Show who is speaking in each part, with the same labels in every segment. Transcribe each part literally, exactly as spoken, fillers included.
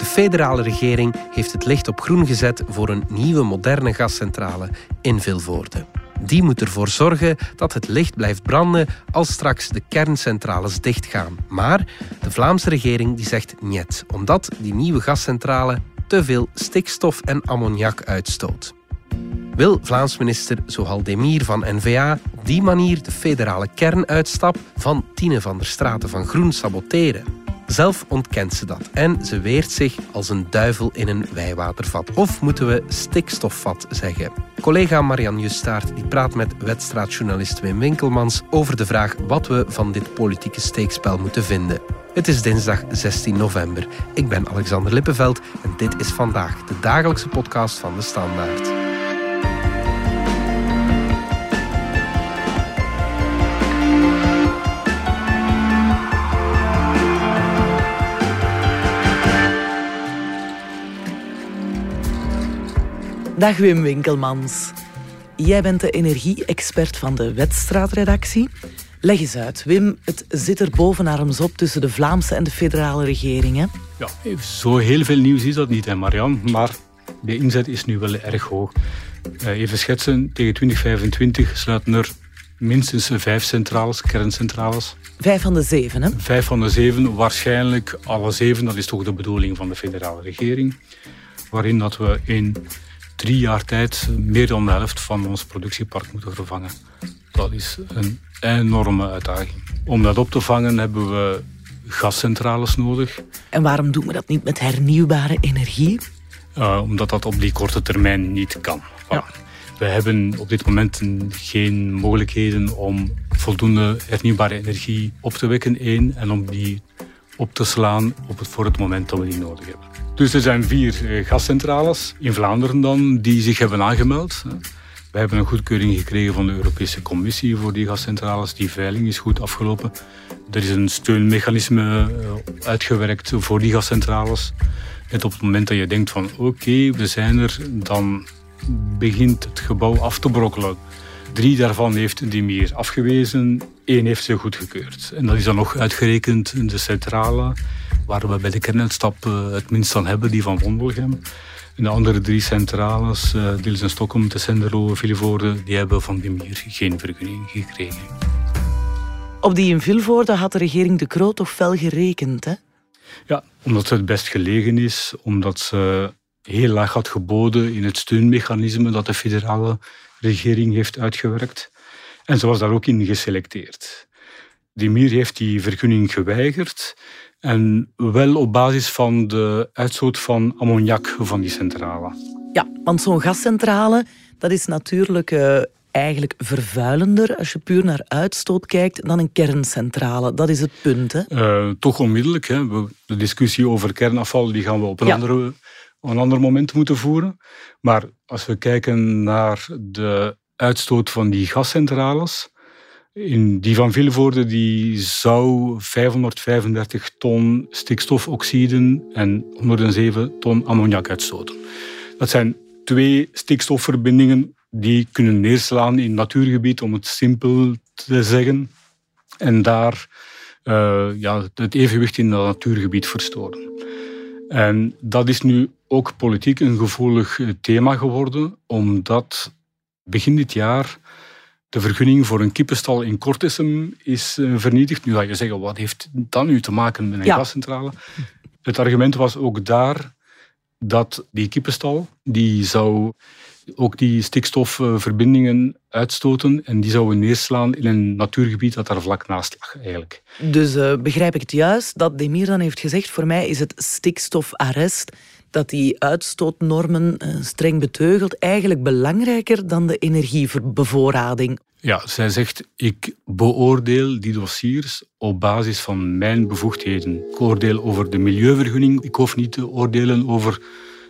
Speaker 1: federale regering heeft het licht op groen gezet voor een nieuwe moderne gascentrale in Vilvoorde. Die moet ervoor zorgen dat het licht blijft branden als straks de kerncentrales dichtgaan. Maar de Vlaamse regering die zegt niet, omdat die nieuwe gascentrale te veel stikstof en ammoniak uitstoot. Wil Vlaams minister Zohal Demir van N V A op die manier de federale kernuitstap van Tine van der Straten van Groen saboteren? Zelf ontkent ze dat en ze weert zich als een duivel in een wijwatervat. Of moeten we stikstofvat zeggen? Collega Marianne Justaert die praat met wedstraatjournalist Wim Winkelmans over de vraag wat we van dit politieke steekspel moeten vinden. Het is dinsdag zestien november. Ik ben Alexander Lippenveld en dit is vandaag de dagelijkse podcast van De Standaard.
Speaker 2: Dag Wim Winkelmans. Jij bent de energie-expert van de Wedstraatredactie. Leg eens uit, Wim, het zit er bovenarms op tussen de Vlaamse en de federale regeringen.
Speaker 3: Ja, zo heel veel nieuws is dat niet, hè, Marianne, maar de inzet is nu wel erg hoog. Even schetsen, tegen twintig vijfentwintig sluiten er minstens vijf centrales, kerncentrales.
Speaker 2: Vijf van de zeven, hè?
Speaker 3: Vijf van de zeven, waarschijnlijk alle zeven, dat is toch de bedoeling van de federale regering, waarin dat we in drie jaar tijd meer dan de helft van ons productiepark moeten vervangen. Dat is een enorme uitdaging. Om dat op te vangen hebben we gascentrales nodig.
Speaker 2: En waarom doen we dat niet met hernieuwbare energie?
Speaker 3: Uh, omdat dat op die korte termijn niet kan.
Speaker 2: Ja.
Speaker 3: We hebben op dit moment geen mogelijkheden om voldoende hernieuwbare energie op te wekken, één, en om die op te slaan op het, voor het moment dat we die nodig hebben. Dus er zijn vier gascentrales in Vlaanderen dan die zich hebben aangemeld. We hebben een goedkeuring gekregen van de Europese Commissie voor die gascentrales. Die veiling is goed afgelopen. Er is een steunmechanisme uitgewerkt voor die gascentrales. En op het moment dat je denkt van oké, okay, we zijn er, dan begint het gebouw af te brokkelen. Drie daarvan heeft Demir afgewezen, één heeft ze goedgekeurd. En dat is dan nog uitgerekend de centrale, waar we bij de kernuitstap het minst aan hebben, die van Wondelgem. En de andere drie centrales, Deels en Stockholm, Tessenderlo, Vilvoorde, die hebben van Demir geen vergunning gekregen.
Speaker 2: Op die in Vilvoorde had de regering De Croo toch fel gerekend, hè?
Speaker 3: Ja, omdat ze het best gelegen is, omdat ze heel laag had geboden in het steunmechanisme dat de federale regering heeft uitgewerkt. En ze was daar ook in geselecteerd. Demir heeft die vergunning geweigerd. En wel op basis van de uitstoot van ammoniak van die centrale.
Speaker 2: Ja, want zo'n gascentrale, dat is natuurlijk uh, eigenlijk vervuilender als je puur naar uitstoot kijkt dan een kerncentrale. Dat is het punt, hè?
Speaker 3: Uh, toch onmiddellijk. Hè. De discussie over kernafval die gaan we op een, ja. andere, op een ander moment moeten voeren. Maar als we kijken naar de uitstoot van die gascentrales, in die van Vilvoorde die zou vijfhonderdvijfendertig ton stikstofoxiden en honderdzeven ton ammoniak uitstoten. Dat zijn twee stikstofverbindingen die kunnen neerslaan in natuurgebied, om het simpel te zeggen, en daar uh, ja, het evenwicht in dat natuurgebied verstoren. En dat is nu ook politiek een gevoelig thema geworden, omdat begin dit jaar de vergunning voor een kippenstal in Kortessem is vernietigd. Nu ga je zeggen, wat heeft dat nu te maken met een ja. gascentrale? Het argument was ook daar dat die kippenstal, die zou ook die stikstofverbindingen uitstoten en die zouden neerslaan in een natuurgebied dat daar vlak naast lag, eigenlijk.
Speaker 2: Dus uh, begrijp ik het juist dat Demir dan heeft gezegd, voor mij is het stikstofarrest, dat die uitstootnormen uh, streng beteugelt, eigenlijk belangrijker dan de energiebevoorrading.
Speaker 3: Ja, zij zegt, ik beoordeel die dossiers op basis van mijn bevoegdheden. Ik oordeel over de milieuvergunning, ik hoef niet te oordelen over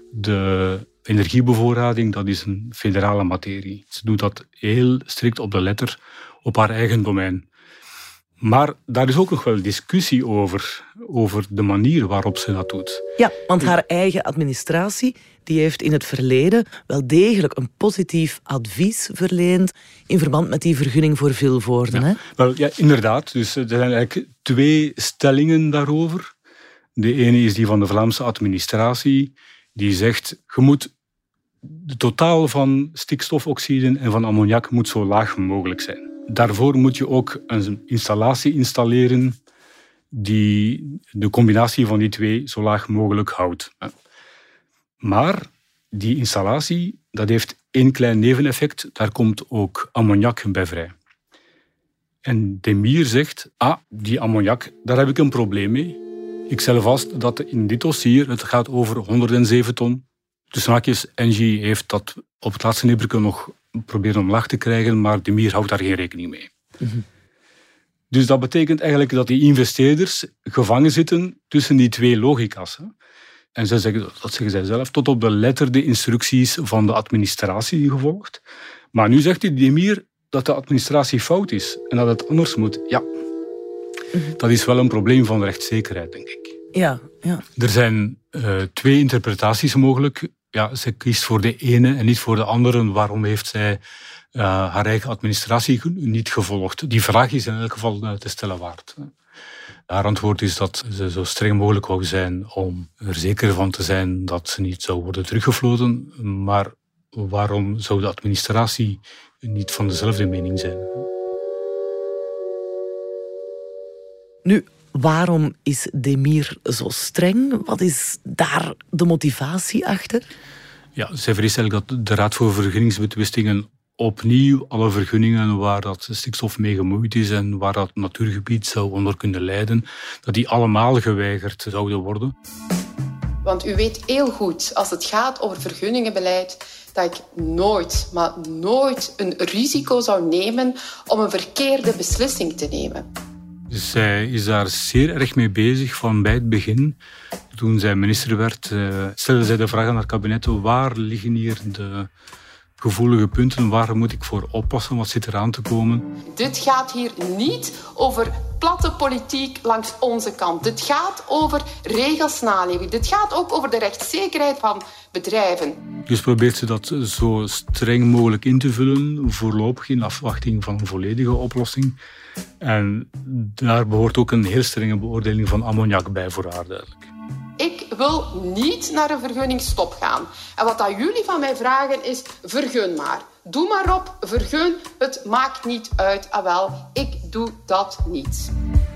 Speaker 3: de energiebevoorrading, dat is een federale materie. Ze doet dat heel strikt op de letter, op haar eigen domein. Maar daar is ook nog wel discussie over, over de manier waarop ze dat doet.
Speaker 2: Ja, want haar eigen administratie die heeft in het verleden wel degelijk een positief advies verleend in verband met die vergunning voor Vilvoorde.
Speaker 3: Ja,
Speaker 2: hè?
Speaker 3: Wel, ja, inderdaad. Dus er zijn eigenlijk twee stellingen daarover. De ene is die van de Vlaamse administratie, die zegt, je moet de totaal van stikstofoxiden en van ammoniak moet zo laag mogelijk zijn. Daarvoor moet je ook een installatie installeren die de combinatie van die twee zo laag mogelijk houdt. Maar die installatie, dat heeft één klein neveneffect, daar komt ook ammoniak bij vrij. En DEMIR zegt, ah, die ammoniak, daar heb ik een probleem mee. Ik stel vast dat in dit dossier, het gaat over honderdzeven ton. Tussen haakjes, Engie heeft dat op het laatste nippertje nog proberen omlaag te krijgen, maar DEMIR houdt daar geen rekening mee. Mm-hmm. Dus dat betekent eigenlijk dat die investeerders gevangen zitten tussen die twee logica's. En zij zeggen, dat zeggen zij zelf, tot op de letter de instructies van de administratie gevolgd. Maar nu zegt die DEMIR dat de administratie fout is en dat het anders moet. Ja, dat is wel een probleem van rechtszekerheid, denk ik.
Speaker 2: Ja, ja.
Speaker 3: Er zijn uh, twee interpretaties mogelijk. Ja, ze kiest voor de ene en niet voor de andere. Waarom heeft zij uh, haar eigen administratie niet gevolgd? Die vraag is in elk geval uh, te stellen waard. Haar antwoord is dat ze zo streng mogelijk wou zijn om er zeker van te zijn dat ze niet zou worden teruggefloten. Maar waarom zou de administratie niet van dezelfde mening zijn?
Speaker 2: Nu, waarom is DEMIR zo streng? Wat is daar de motivatie achter?
Speaker 3: Ja, zij vreest eigenlijk dat de Raad voor Vergunningsbetwistingen opnieuw alle vergunningen waar dat stikstof mee gemoeid is en waar dat natuurgebied zou onder kunnen lijden, dat die allemaal geweigerd zouden worden.
Speaker 4: Want u weet heel goed, als het gaat over vergunningenbeleid, dat ik nooit, maar nooit een risico zou nemen om een verkeerde beslissing te nemen.
Speaker 3: Zij is daar zeer erg mee bezig van bij het begin. Toen zij minister werd, stelde zij de vraag aan haar kabinet, waar liggen hier de gevoelige punten, waar moet ik voor oppassen, wat zit eraan te komen?
Speaker 4: Dit gaat hier niet over platte politiek langs onze kant. Dit gaat over regels naleven. Dit gaat ook over de rechtszekerheid van bedrijven.
Speaker 3: Dus probeert ze dat zo streng mogelijk in te vullen, voorlopig in afwachting van een volledige oplossing. En daar behoort ook een heel strenge beoordeling van ammoniak bij voor haar duidelijk.
Speaker 4: Ik wil niet naar een vergunningstop gaan. En wat dat jullie van mij vragen is, vergun maar. Doe maar op, vergun, het maakt niet uit. Ah wel, ik doe dat niet.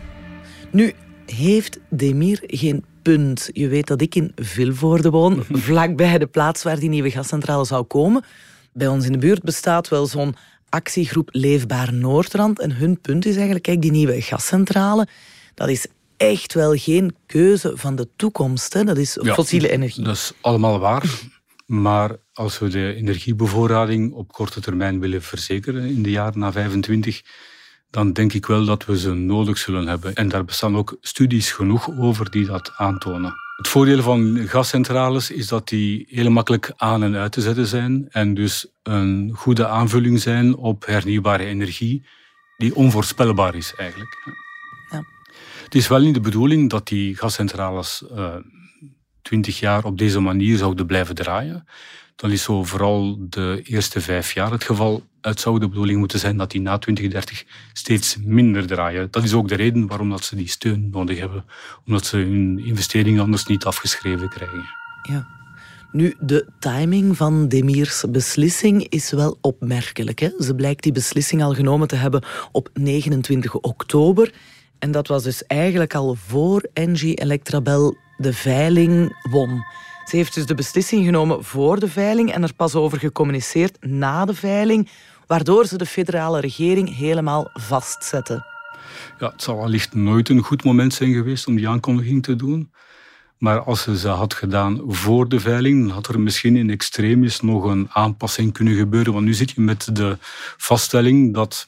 Speaker 2: Nu heeft DEMIR geen punt. Je weet dat ik in Vilvoorde woon, vlakbij de plaats waar die nieuwe gascentrale zou komen. Bij ons in de buurt bestaat wel zo'n actiegroep Leefbaar Noordrand. En hun punt is eigenlijk, kijk, die nieuwe gascentrale, dat is echt wel geen keuze van de toekomst. Hè? Dat is
Speaker 3: ja,
Speaker 2: fossiele energie.
Speaker 3: Dat is allemaal waar. Maar als we de energiebevoorrading op korte termijn willen verzekeren in de jaren na vijfentwintig, dan denk ik wel dat we ze nodig zullen hebben. En daar bestaan ook studies genoeg over die dat aantonen. Het voordeel van gascentrales is dat die heel makkelijk aan en uit te zetten zijn en dus een goede aanvulling zijn op hernieuwbare energie die onvoorspelbaar is eigenlijk.
Speaker 2: Ja.
Speaker 3: Het is wel niet de bedoeling dat die gascentrales uh, twintig jaar op deze manier zouden blijven draaien. Dan is zo vooral de eerste vijf jaar het geval. Het zou de bedoeling moeten zijn dat die na twintig dertig steeds minder draaien. Dat is ook de reden waarom dat ze die steun nodig hebben. Omdat ze hun investeringen anders niet afgeschreven krijgen.
Speaker 2: Ja. Nu, de timing van DEMIR's beslissing is wel opmerkelijk. Hè? Ze blijkt die beslissing al genomen te hebben op negenentwintig oktober. En dat was dus eigenlijk al voor Engie Electrabel de veiling won. Ze heeft dus de beslissing genomen voor de veiling en er pas over gecommuniceerd na de veiling, waardoor ze de federale regering helemaal vastzette.
Speaker 3: Ja, het zal allicht nooit een goed moment zijn geweest om die aankondiging te doen. Maar als ze ze had gedaan voor de veiling, dan had er misschien in extremis nog een aanpassing kunnen gebeuren. Want nu zit je met de vaststelling dat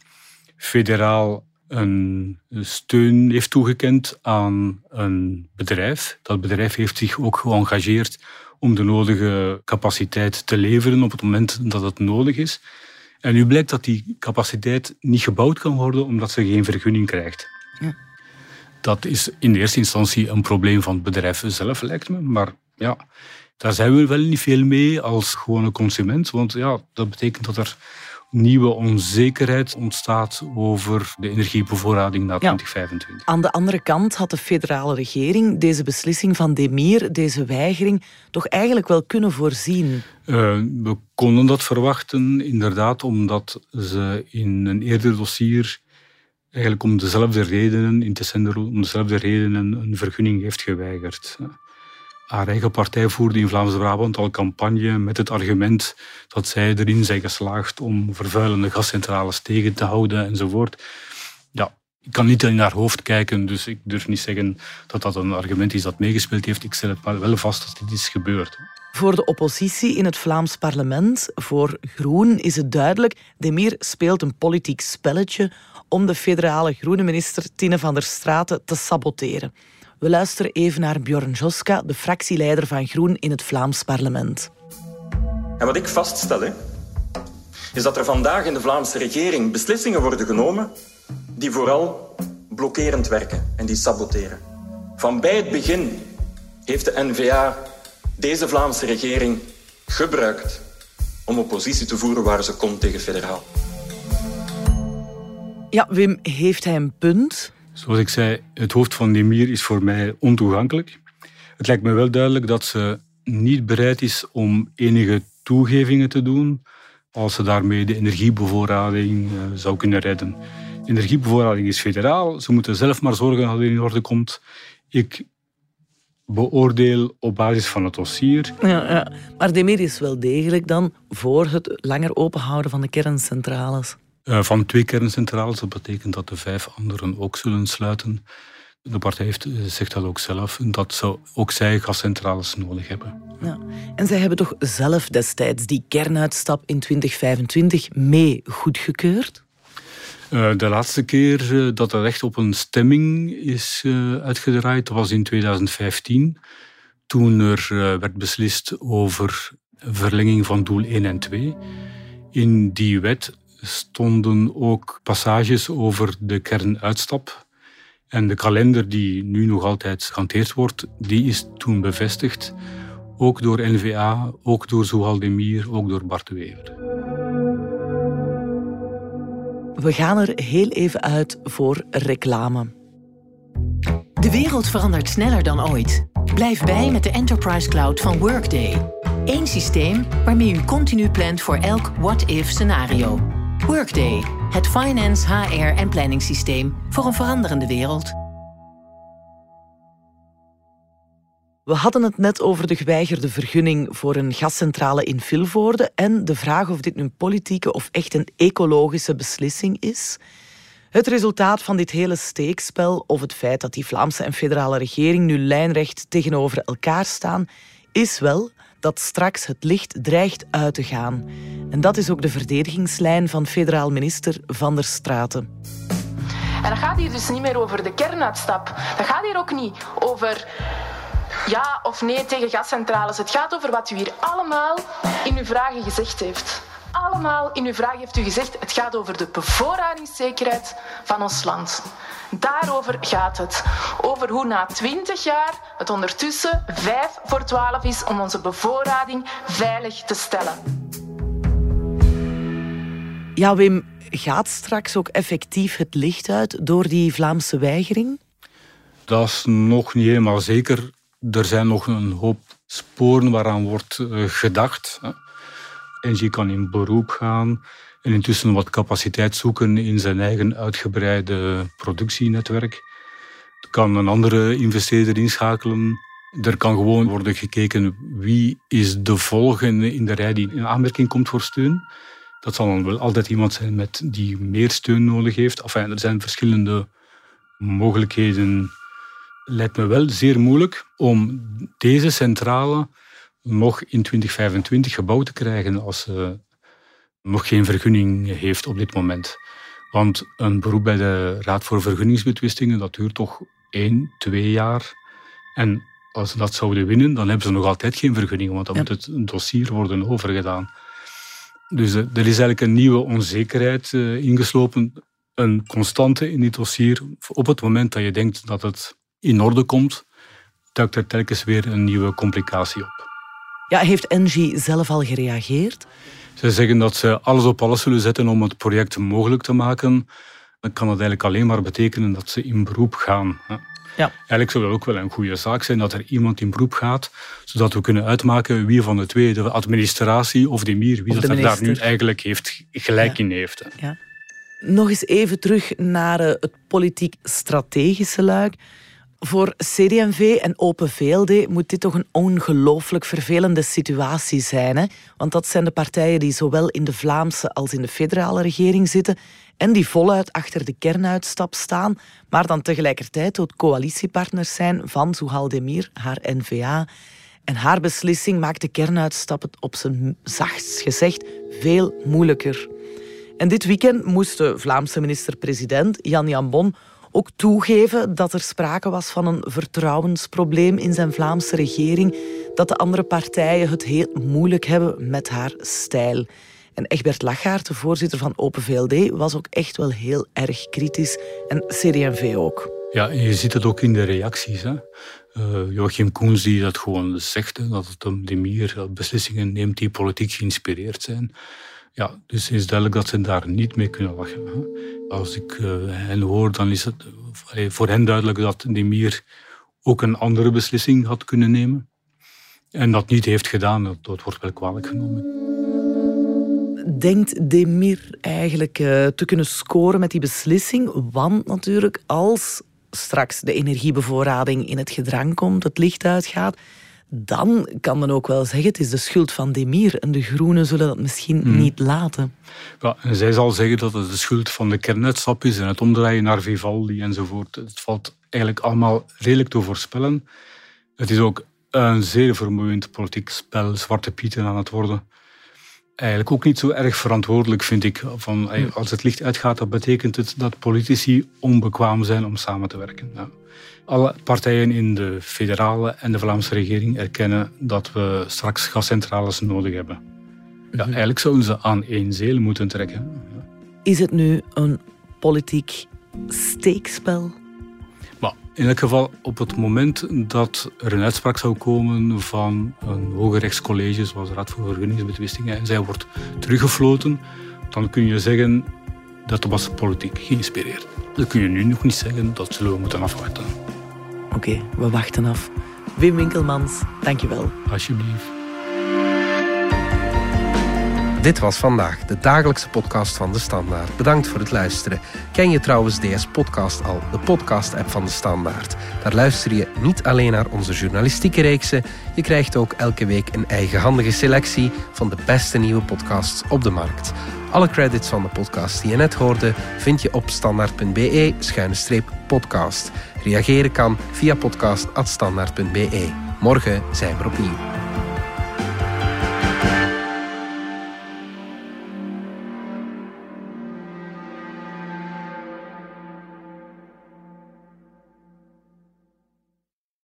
Speaker 3: federaal een steun heeft toegekend aan een bedrijf. Dat bedrijf heeft zich ook geëngageerd om de nodige capaciteit te leveren op het moment dat het nodig is. En nu blijkt dat die capaciteit niet gebouwd kan worden omdat ze geen vergunning krijgt.
Speaker 2: Ja.
Speaker 3: Dat is in de eerste instantie een probleem van het bedrijf zelf, lijkt me. Maar ja, daar zijn we wel niet veel mee als gewone consument. Want ja, dat betekent dat er nieuwe onzekerheid ontstaat over de energiebevoorrading na twintig vijfentwintig.
Speaker 2: Ja. Aan de andere kant had de federale regering deze beslissing van Demir, deze weigering, toch eigenlijk wel kunnen voorzien?
Speaker 3: Uh, we konden dat verwachten, inderdaad, omdat ze in een eerder dossier eigenlijk om dezelfde redenen, in Tessenderlo, om dezelfde redenen een vergunning heeft geweigerd. Haar eigen partij voerde in Vlaams-Brabant al campagne met het argument dat zij erin zijn geslaagd om vervuilende gascentrales tegen te houden enzovoort. Ja, ik kan niet in haar hoofd kijken, dus ik durf niet zeggen dat dat een argument is dat meegespeeld heeft. Ik stel het maar wel vast dat dit is gebeurd.
Speaker 2: Voor de oppositie in het Vlaams parlement, voor Groen, is het duidelijk: Demir speelt een politiek spelletje om de federale groene minister Tine van der Straeten te saboteren. We luisteren even naar Bjorn Joska, de fractieleider van Groen in het Vlaams parlement.
Speaker 5: En wat ik vaststel, hè, is dat er vandaag in de Vlaamse regering beslissingen worden genomen die vooral blokkerend werken en die saboteren. Van bij het begin heeft de N V A deze Vlaamse regering gebruikt om oppositie te voeren waar ze kon tegen federaal.
Speaker 2: Ja, Wim, heeft hij een punt?
Speaker 3: Zoals ik zei, het hoofd van Demir is voor mij ontoegankelijk. Het lijkt me wel duidelijk dat ze niet bereid is om enige toegevingen te doen als ze daarmee de energiebevoorrading uh, zou kunnen redden. Energiebevoorrading is federaal. Ze moeten zelf maar zorgen dat het in orde komt. Ik beoordeel op basis van het dossier.
Speaker 2: Ja, ja. Maar Demir is wel degelijk dan voor het langer openhouden van de kerncentrales.
Speaker 3: Uh, van twee kerncentrales, dat betekent dat de vijf anderen ook zullen sluiten. De partij heeft, zegt dat ook zelf, dat ze, ook zij gascentrales nodig hebben.
Speaker 2: Ja. En zij hebben toch zelf destijds die kernuitstap in twintig vijfentwintig mee goedgekeurd?
Speaker 3: Uh, de laatste keer uh, dat er echt op een stemming is uh, uitgedraaid was in tweeduizend vijftien. Toen er uh, werd beslist over verlenging van doel één en twee. In die wet stonden ook passages over de kernuitstap. En de kalender die nu nog altijd gehanteerd wordt, die is toen bevestigd. Ook door N V A, ook door Zuhal Demir, ook door Bart de Wever.
Speaker 2: We gaan er heel even uit voor reclame.
Speaker 6: De wereld verandert sneller dan ooit. Blijf bij met de Enterprise Cloud van Workday. Eén systeem waarmee u continu plant voor elk what-if-scenario. Workday, het finance, H R en planningssysteem voor een veranderende wereld.
Speaker 2: We hadden het net over de geweigerde vergunning voor een gascentrale in Vilvoorde en de vraag of dit nu een politieke of echt een ecologische beslissing is. Het resultaat van dit hele steekspel, of het feit dat die Vlaamse en federale regering nu lijnrecht tegenover elkaar staan, is wel dat straks het licht dreigt uit te gaan. En dat is ook de verdedigingslijn van federaal minister Van der Straeten.
Speaker 7: En dat gaat hier dus niet meer over de kernuitstap. Dat gaat hier ook niet over ja of nee tegen gascentrales. Het gaat over wat u hier allemaal in uw vragen gezegd heeft. Allemaal in uw vragen heeft u gezegd, het gaat over de bevoorradingszekerheid van ons land. Daarover gaat het. Over hoe na twintig jaar het ondertussen vijf voor twaalf is om onze bevoorrading veilig te stellen.
Speaker 2: Ja, Wim, gaat straks ook effectief het licht uit door die Vlaamse weigering?
Speaker 3: Dat is nog niet helemaal zeker. Er zijn nog een hoop sporen waaraan wordt gedacht. Engie kan in beroep gaan en intussen wat capaciteit zoeken in zijn eigen uitgebreide productienetwerk. Er kan een andere investeerder inschakelen. Er kan gewoon worden gekeken wie is de volgende in de rij die in aanmerking komt voor steun. Dat zal dan wel altijd iemand zijn met die meer steun nodig heeft. Enfin, er zijn verschillende mogelijkheden. Lijkt me wel zeer moeilijk om deze centrale nog in twintig vijfentwintig gebouwd te krijgen als ze nog geen vergunning heeft op dit moment. Want een beroep bij de Raad voor Vergunningsbetwistingen, dat duurt toch één, twee jaar. En als ze dat zouden winnen, dan hebben ze nog altijd geen vergunning, want dan ja. moet het een dossier worden overgedaan. Dus er is eigenlijk een nieuwe onzekerheid uh, ingeslopen, een constante in dit dossier. Op het moment dat je denkt dat het in orde komt, duikt er telkens weer een nieuwe complicatie op.
Speaker 2: Ja, heeft Engie zelf al gereageerd?
Speaker 3: Ze zeggen dat ze alles op alles zullen zetten om het project mogelijk te maken. Dan kan dat eigenlijk alleen maar betekenen dat ze in beroep gaan.
Speaker 2: Ja.
Speaker 3: Eigenlijk zou dat ook wel een goede zaak zijn dat er iemand in beroep gaat, zodat we kunnen uitmaken wie van de twee, de administratie of de Emir, wie
Speaker 2: Of de
Speaker 3: dat er daar
Speaker 2: minister.
Speaker 3: nu eigenlijk heeft, gelijk
Speaker 2: Ja.
Speaker 3: in heeft.
Speaker 2: Ja. Nog eens even terug naar uh, het politiek-strategische luik. Voor C D en V en Open V L D moet dit toch een ongelooflijk vervelende situatie zijn. Hè? Want dat zijn de partijen die zowel in de Vlaamse als in de federale regering zitten en die voluit achter de kernuitstap staan, maar dan tegelijkertijd ook coalitiepartners zijn van Zuhal Demir, haar N V A. En haar beslissing maakt de kernuitstap het op zijn zachtst gezegd veel moeilijker. En dit weekend moest de Vlaamse minister-president Jan Jan Bon ook toegeven dat er sprake was van een vertrouwensprobleem in zijn Vlaamse regering, dat de andere partijen het heel moeilijk hebben met haar stijl. En Egbert Lachaert, de voorzitter van Open V L D, was ook echt wel heel erg kritisch. En C D en V ook.
Speaker 3: Ja, je ziet het ook in de reacties. Hè. Uh, Joachim Koens die dat gewoon zegt, hè, dat het om de Demir beslissingen neemt die politiek geïnspireerd zijn. Ja, dus het is duidelijk dat ze daar niet mee kunnen lachen. Hè. Als ik uh, hen hoor, dan is het uh, voor hen duidelijk dat Demir ook een andere beslissing had kunnen nemen. En dat niet heeft gedaan, dat, dat wordt wel kwalijk genomen.
Speaker 2: Denkt Demir eigenlijk uh, te kunnen scoren met die beslissing? Want natuurlijk, als straks de energiebevoorrading in het gedrang komt, het licht uitgaat, dan kan men ook wel zeggen, het is de schuld van Demir. En de Groenen zullen dat misschien hmm. niet laten.
Speaker 3: Ja, en zij zal zeggen dat het de schuld van de kernuitstap is en het omdraaien naar Vivaldi enzovoort. Het valt eigenlijk allemaal redelijk te voorspellen. Het is ook een zeer vermoeiend politiek spel, Zwarte Pieten aan het worden. Eigenlijk ook niet zo erg verantwoordelijk, vind ik. Van, als het licht uitgaat, dat betekent het dat politici onbekwaam zijn om samen te werken. Ja. Alle partijen in de federale en de Vlaamse regering erkennen dat we straks gascentrales nodig hebben. Ja, eigenlijk zouden ze aan één zeel moeten trekken. Ja.
Speaker 2: Is het nu een politiek steekspel?
Speaker 3: Maar in elk geval, op het moment dat er een uitspraak zou komen van een hooggerechtscollege, zoals de Raad voor Vergunningsbetwistingen, en zij wordt teruggefloten, dan kun je zeggen dat was politiek geïnspireerd. Dat kun je nu nog niet zeggen, dat zullen we moeten afwachten.
Speaker 2: Oké, okay, we wachten af. Wim Winkelmans, dank je wel.
Speaker 3: Alsjeblieft.
Speaker 1: Dit was vandaag de dagelijkse podcast van De Standaard. Bedankt voor het luisteren. Ken je trouwens D S Podcast al, de podcast-app van De Standaard? Daar luister je niet alleen naar onze journalistieke reeksen, je krijgt ook elke week een eigenhandige selectie van de beste nieuwe podcasts op de markt. Alle credits van de podcast die je net hoorde vind je op standaard.be schuine streep podcast. Reageren kan via podcast apenstaartstandaard punt be. Morgen zijn we er opnieuw.